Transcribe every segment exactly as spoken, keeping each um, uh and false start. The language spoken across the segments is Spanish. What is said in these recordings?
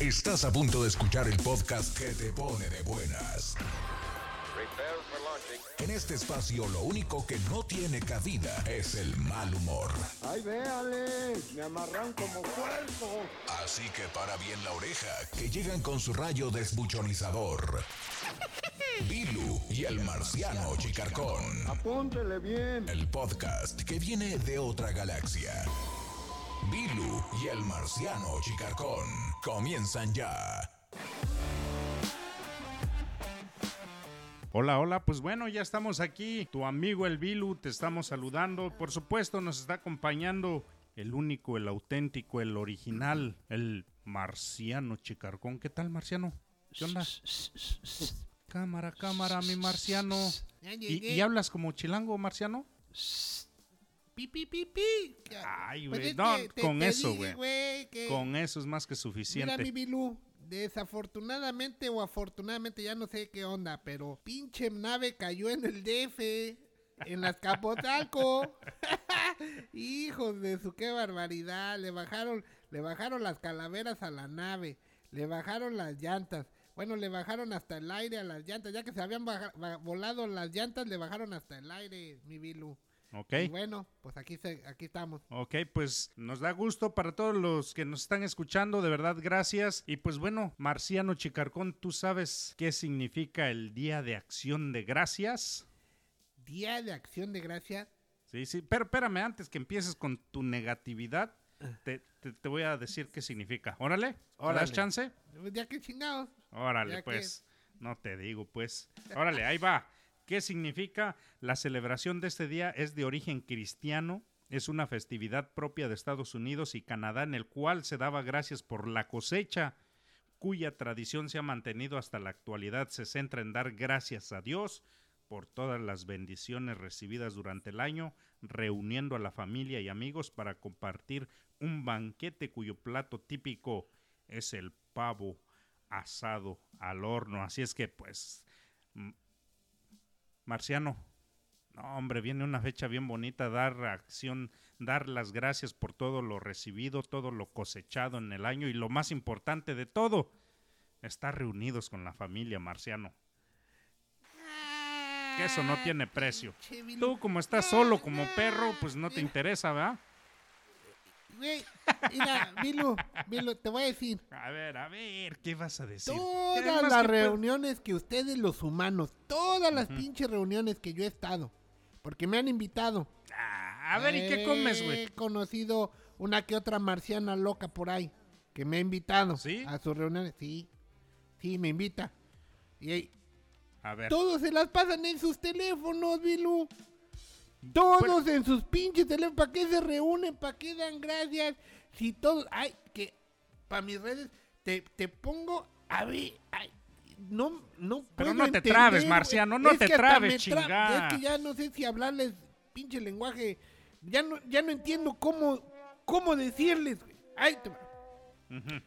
Estás a punto de escuchar el podcast que te pone de buenas. En este espacio lo único que no tiene cabida es el mal humor. ¡Ay, véale! Me amarran como puerco. Así que para bien la oreja, que llegan con su rayo desbuchonizador. Bilu y el marciano Chicarcón. Apúntele bien. El podcast que viene de otra galaxia. Bilu y el marciano Chicarcón comienzan ya. Hola, hola, pues bueno, ya estamos aquí. Tu amigo el Bilu, te estamos saludando. Por supuesto, nos está acompañando el único, el auténtico, el original, el marciano Chicarcón. ¿Qué tal, marciano? ¿Qué onda? Cámara, cámara, mi marciano. ¿Y, y hablas como chilango, marciano? Pi, pi, pi, pi. Ay, Pues güey, es no, que te- con te eso, dije, güey. que- Con eso es más que suficiente. Mira, mi Bilú, desafortunadamente o afortunadamente, ya no sé qué onda, pero pinche nave cayó en el D F, en las Capotalco. Hijos de su, qué barbaridad. Le bajaron, le bajaron las calaveras a la nave, le bajaron las llantas. Bueno, le bajaron hasta el aire a las llantas, ya que se habían baja- ba- volado las llantas, le bajaron hasta el aire, mi Bilú. Ok. Y bueno, pues aquí se, aquí estamos. Ok, pues nos da gusto para todos los que nos están escuchando, de verdad, gracias. Y pues bueno, Marciano Chicarcón, ¿tú sabes qué significa el Día de Acción de Gracias? Día de Acción de Gracias. Sí, sí, pero espérame, antes que empieces con tu negatividad, te, te, te voy a decir qué significa. Órale, ¿me Órale. das chance? Ya que chingados. Órale, Ya pues, no te digo, pues. Órale, ahí va. ¿Qué significa? La celebración de este día es de origen cristiano, es una festividad propia de Estados Unidos y Canadá en el cual se daba gracias por la cosecha, cuya tradición se ha mantenido hasta la actualidad. Se centra en dar gracias a Dios por todas las bendiciones recibidas durante el año, reuniendo a la familia y amigos para compartir un banquete cuyo plato típico es el pavo asado al horno. Así es que, pues, Marciano, no, hombre, viene una fecha bien bonita, dar acción, dar las gracias por todo lo recibido, todo lo cosechado en el año y lo más importante de todo, estar reunidos con la familia, Marciano. Que eso no tiene precio. Tú, como estás solo como perro, pues no te interesa, ¿verdad? Güey, mira, Bilu, Bilu, te voy a decir. A ver, a ver, ¿qué vas a decir? ¿Qué Todas más las que puede- reuniones que ustedes, los humanos, todas las pinches reuniones que yo he estado, porque me han invitado. Ah, a ver, ¿y qué comes, güey? He conocido una que otra marciana loca por ahí, que me ha invitado ¿Sí? a sus reuniones. Sí, sí, me invita. Y ahí, A ver. todos se las pasan en sus teléfonos, Bilu. Todos en sus pinches teléfonos. ¿Para qué se reúnen? ¿Para qué dan gracias? Si todos... Ay, que... Para mis redes... Te, te pongo... A ver... Ay, no, no Pero puedo no te entender, trabes, güey. Marciano, no Es te que hasta trabes, me tra- chingada. Es que ya no sé si hablarles pinche lenguaje. Ya no, ya no entiendo cómo... Cómo decirles, güey. Ay, te va. Ujú.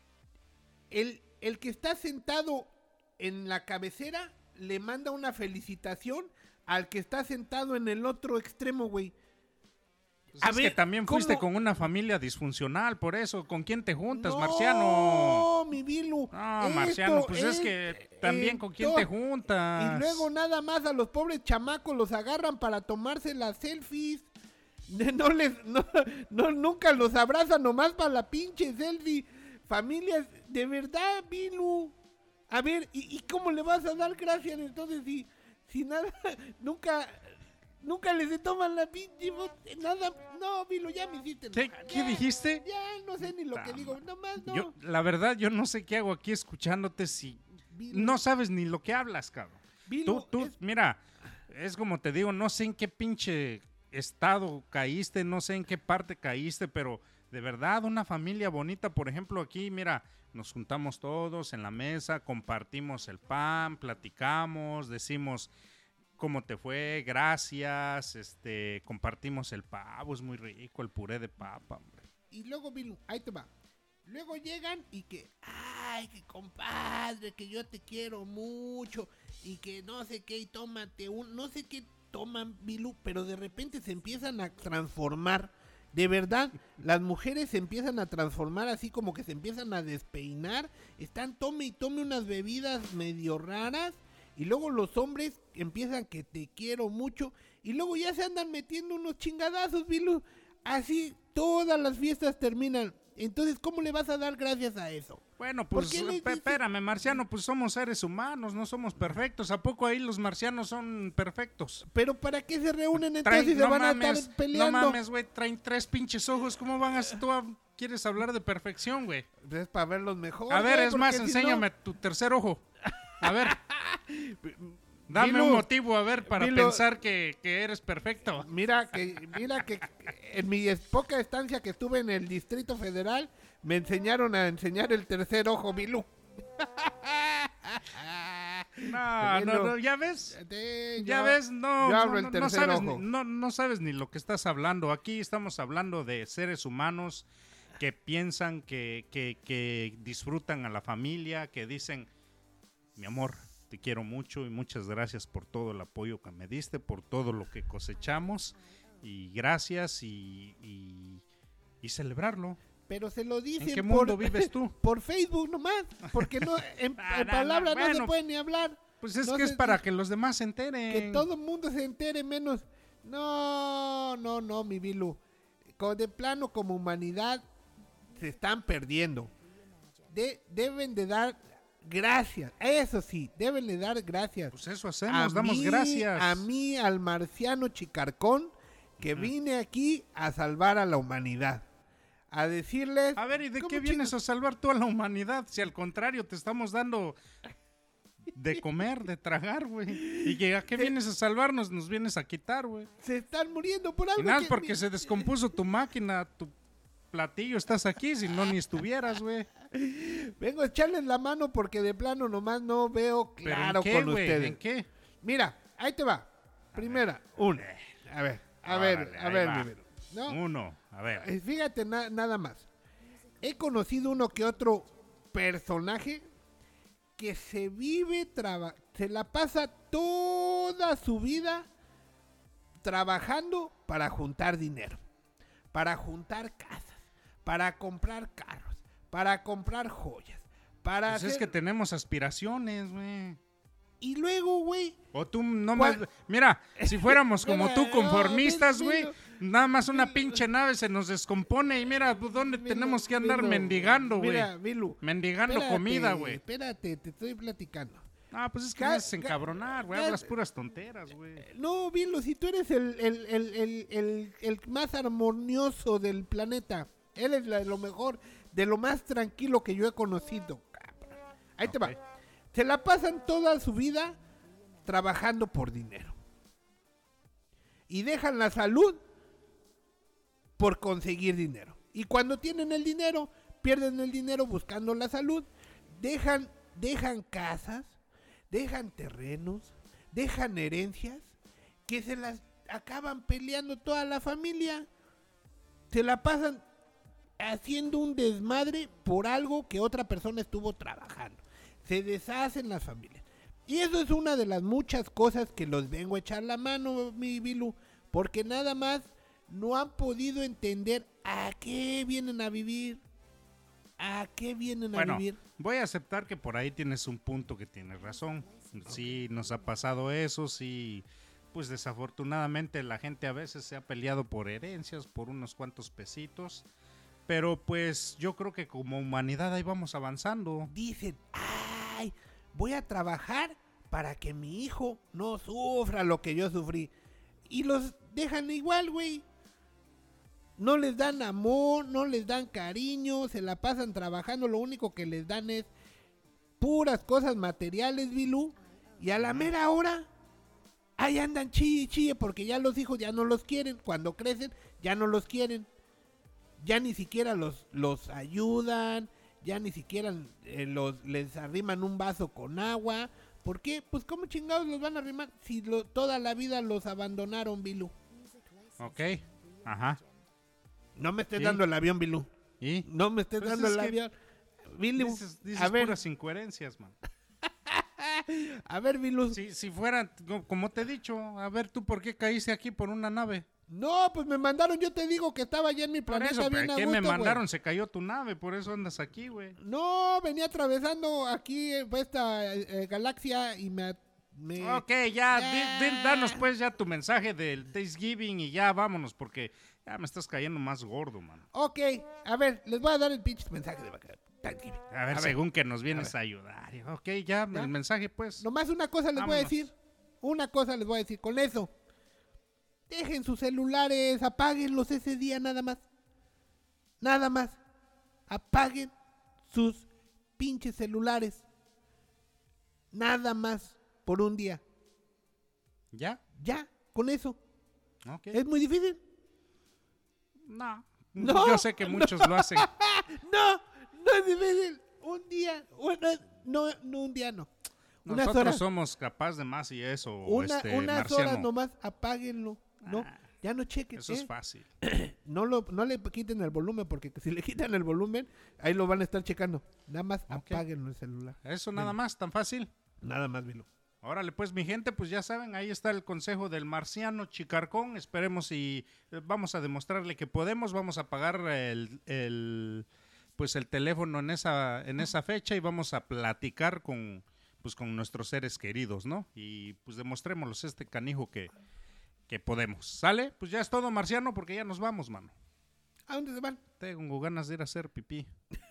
El, el que está sentado en la cabecera le manda una felicitación al que está sentado en el otro extremo, güey. Pues A es ver, que también fuiste ¿cómo? con una familia disfuncional, por eso. ¿Con quién te juntas, No, Marciano? mi Bilu. No, Esto Marciano, pues es que también con quién te juntas. Y luego nada más a los pobres chamacos los agarran para tomarse las selfies. No les, no, no, nunca los abrazan nomás para la pinche selfie. Familias, de verdad, Bilu. A ver, ¿y, y cómo le vas a dar gracias entonces si, si nada, nunca, nunca les toman la pinche foto, nada? No, Bilu, ya me hiciste ¿Qué, enojar, qué ya, dijiste? Ya no sé ni lo que Ta digo, nomás no. Yo, la verdad, yo no sé qué hago aquí escuchándote si Bilu, no sabes ni lo que hablas, cabrón. Bilu, Tú, tú, es- mira, es como te digo, no sé en qué pinche estado caíste, no sé en qué parte caíste, pero de verdad, una familia bonita, por ejemplo, aquí, mira, nos juntamos todos en la mesa, compartimos el pan, platicamos, decimos cómo te fue, gracias, este, compartimos el pavo, es muy rico el puré de papa, hombre. Y luego, Bilu, ahí te va. Luego llegan y que, ay, que compadre, que yo te quiero mucho y que no sé qué, y tómate un, no sé qué toman, Bilu, pero de repente se empiezan a transformar De verdad, las mujeres se empiezan a transformar así como que se empiezan a despeinar, están tome y tome unas bebidas medio raras, y luego los hombres empiezan que te quiero mucho, y luego ya se andan metiendo unos chingadazos, Vilu. Así todas las fiestas terminan. Entonces, ¿cómo le vas a dar gracias a eso? Bueno, ¿Por pues qué les pe- dices- espérame, Marciano, pues somos seres humanos, no somos perfectos. ¿A poco ahí los marcianos son perfectos? ¿Pero para qué se reúnen Traen- entonces y se no van a mames, estar peleando? No mames, güey, traen tres pinches ojos. ¿Cómo van a tú a- quieres hablar de perfección, güey? Es para verlos mejor. A ver, güey, es más, porque si enséñame no- tu tercer ojo. A ver. Dame Vilu, un motivo, a ver, para Vilu. pensar que, que eres perfecto. Mira que, mira que en mi es- poca estancia que estuve en el Distrito Federal, me enseñaron a enseñar el tercer ojo, Vilu. No, Vilu. no, no, ¿ya ves? Sí, Ya yo- ves, no, yo no, abro el no, no tercer sabes, ojo. ni, no, no sabes ni lo que estás hablando. Aquí estamos hablando de seres humanos que piensan, que, que, que disfrutan a la familia, que dicen, mi amor, te quiero mucho y muchas gracias por todo el apoyo que me diste, por todo lo que cosechamos, y gracias y, y, y celebrarlo. Pero se lo dicen ¿En qué por, mundo vives tú? por Facebook nomás, porque no en, Ah, en no, palabras no, no se bueno. puede ni hablar. Pues es No que se- es para que los demás se enteren. Que todo el mundo se entere menos. No, no, no, mi Vilu. Co- De plano, como humanidad, se están perdiendo. De- deben de dar gracias. Eso sí, deben de dar gracias. Pues eso hacemos, damos mí, gracias. A mí, al marciano Chicarcón, que vine aquí a salvar a la humanidad. A decirles... A ver, ¿y de ¿cómo qué vienes chingas? a salvar tú a la humanidad? Si al contrario te estamos dando de comer, de tragar, güey. ¿Y que a qué vienes a salvarnos? Nos vienes a quitar, güey. Se están muriendo por Y algo nada, que- porque se descompuso tu máquina, tu platillo, estás aquí, si no ni estuvieras, güey. Vengo a echarles la mano porque de plano nomás no veo ¿Pero claro en qué, con güey? ustedes. ¿En qué? Mira, ahí te va. Primera, una. A ver, a ver, Órale, a ahí ver, va. mi Vero. ¿No? Uno, a ver. Eh, Fíjate na- nada más. He conocido uno que otro personaje que se vive, traba- se la pasa toda su vida trabajando para juntar dinero, para juntar casas, para comprar carros, para comprar joyas, para Pues es hacer- que tenemos aspiraciones, güey. Y luego, güey, O tú no ¿Cuál? me... Mira, si fuéramos como Mira, tú, no, conformistas, Vilo, güey, Vilo. nada más una pinche nave se nos descompone y mira, pues, ¿dónde Vilu, tenemos que andar Vilu, mendigando, güey? Mira, Vilu, Mendigando espérate, comida, güey. Espérate, te estoy platicando. Ah, pues es que Ga- me haces encabronar, güey. ga- Hablas puras tonteras, güey. No, Vilu, si tú eres el, el, el, el, el, el más armonioso del planeta, él es la- lo mejor, de lo más tranquilo que yo he conocido, cabrón. Ahí te Ok. va. Se la pasan toda su vida trabajando por dinero. Y dejan la salud por conseguir dinero. Y cuando tienen el dinero, pierden el dinero buscando la salud. Dejan, dejan casas, dejan terrenos, dejan herencias, que se las acaban peleando toda la familia. Se la pasan haciendo un desmadre por algo que otra persona estuvo trabajando. Se deshacen las familias. Y eso es una de las muchas cosas que los vengo a echar la mano, mi Vilu, porque nada más no han podido entender a qué vienen a vivir. ¿A qué vienen a Bueno, vivir? voy a aceptar que por ahí tienes un punto que tienes razón. Sí, nos ha pasado eso, sí. Pues desafortunadamente la gente a veces se ha peleado por herencias, por unos cuantos pesitos. Pero pues yo creo que como humanidad ahí vamos avanzando. Dicen, ay, voy a trabajar para que mi hijo no sufra lo que yo sufrí. Y los dejan igual, güey. No les dan amor, no les dan cariño, se la pasan trabajando, lo único que les dan es puras cosas materiales, Bilú. Y a la mera hora, ahí andan chille, chille, porque ya los hijos ya no los quieren. Cuando crecen, ya no los quieren. Ya ni siquiera los, los ayudan, ya ni siquiera eh, los, les arriman un vaso con agua. ¿Por qué? Pues ¿cómo chingados los van a arrimar si lo, toda la vida los abandonaron, Bilú? Ok, ajá. No me estés ¿Y? dando el avión, Bilú. ¿Y? No me estés Pues dando es el que avión. Bilú, Dices, dices a ver, puras incoherencias, man. a ver, Bilú. Si, si fuera, co- como te he dicho, a ver tú por qué caíste aquí por una nave. No, pues me mandaron, yo te digo que estaba ya en mi Por planeta eso, bien ¿pero a qué gusto, me güey. mandaron? Se cayó tu nave, por eso andas aquí, güey. No, venía atravesando aquí eh, pues, esta eh, galaxia y me... me... Ok, ya, Ya. di- di- danos pues ya tu mensaje del Thanksgiving y ya vámonos, porque ya me estás cayendo más gordo, mano. Ok, a ver, les voy a dar el pinche mensaje de vaca. Thanksgiving. A ver, A ver, según que nos vienes a, ayudar. Ok, ya, ¿Ya? el mensaje pues. Nomás una cosa les voy a Vámonos. decir. Una cosa les voy a decir. Con eso, dejen sus celulares, apáguenlos ese día nada más. Nada más. Apaguen sus pinches celulares. Nada más por un día. ¿Ya? Ya, con eso. Ok. ¿Es muy difícil? No. No, Yo sé que muchos lo hacen. No, no es difícil. Un día, una, no, no un día no. Unas Nosotros horas, somos capaces de más y eso, una, este, unas Marciano. horas nomás, apáguenlo. No, Ah, ya no chequen. Eso ¿eh? es fácil. No, lo, no le quiten el volumen, porque si le quitan el volumen, ahí lo van a estar checando. Nada más Ok. apáguenlo el celular. Eso nada Vilo. más, tan fácil. Nada más, Vilo. Órale, pues mi gente, pues ya saben, ahí está el consejo del Marciano Chicarcón. Esperemos y eh, vamos a demostrarle que podemos. Vamos a pagar el, el pues el teléfono en esa en esa fecha y vamos a platicar con pues con nuestros seres queridos, ¿no? Y pues demostrémosles este canijo que que podemos. ¿Sale? Pues ya es todo, Marciano, porque ya nos vamos, mano. ¿A dónde se van? Tengo ganas de ir a hacer pipí.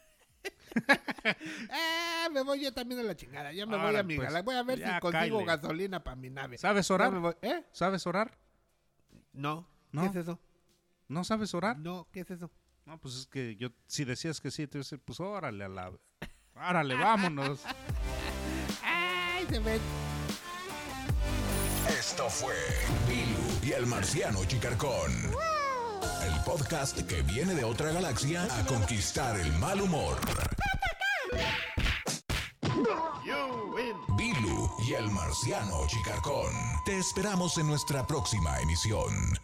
Ah, me voy yo también a la chingada. Ya me voy Órale, a mi pues, gala. Voy a ver ya, si consigo cáele. gasolina para mi nave. ¿Sabes Ya orar? me voy- ¿Eh? ¿Sabes orar? No. No. ¿Qué es eso? ¿No sabes orar? No, ¿qué es eso? No, pues es que yo, si decías que sí, te iba a decir, pues órale a la... Órale, vámonos. ¡Ay, se ven! Esto fue Bilu y el Marciano Chicarcón. El podcast que viene de otra galaxia a conquistar el mal humor. Bilu y el Marciano Chicarcón. Te esperamos en nuestra próxima emisión.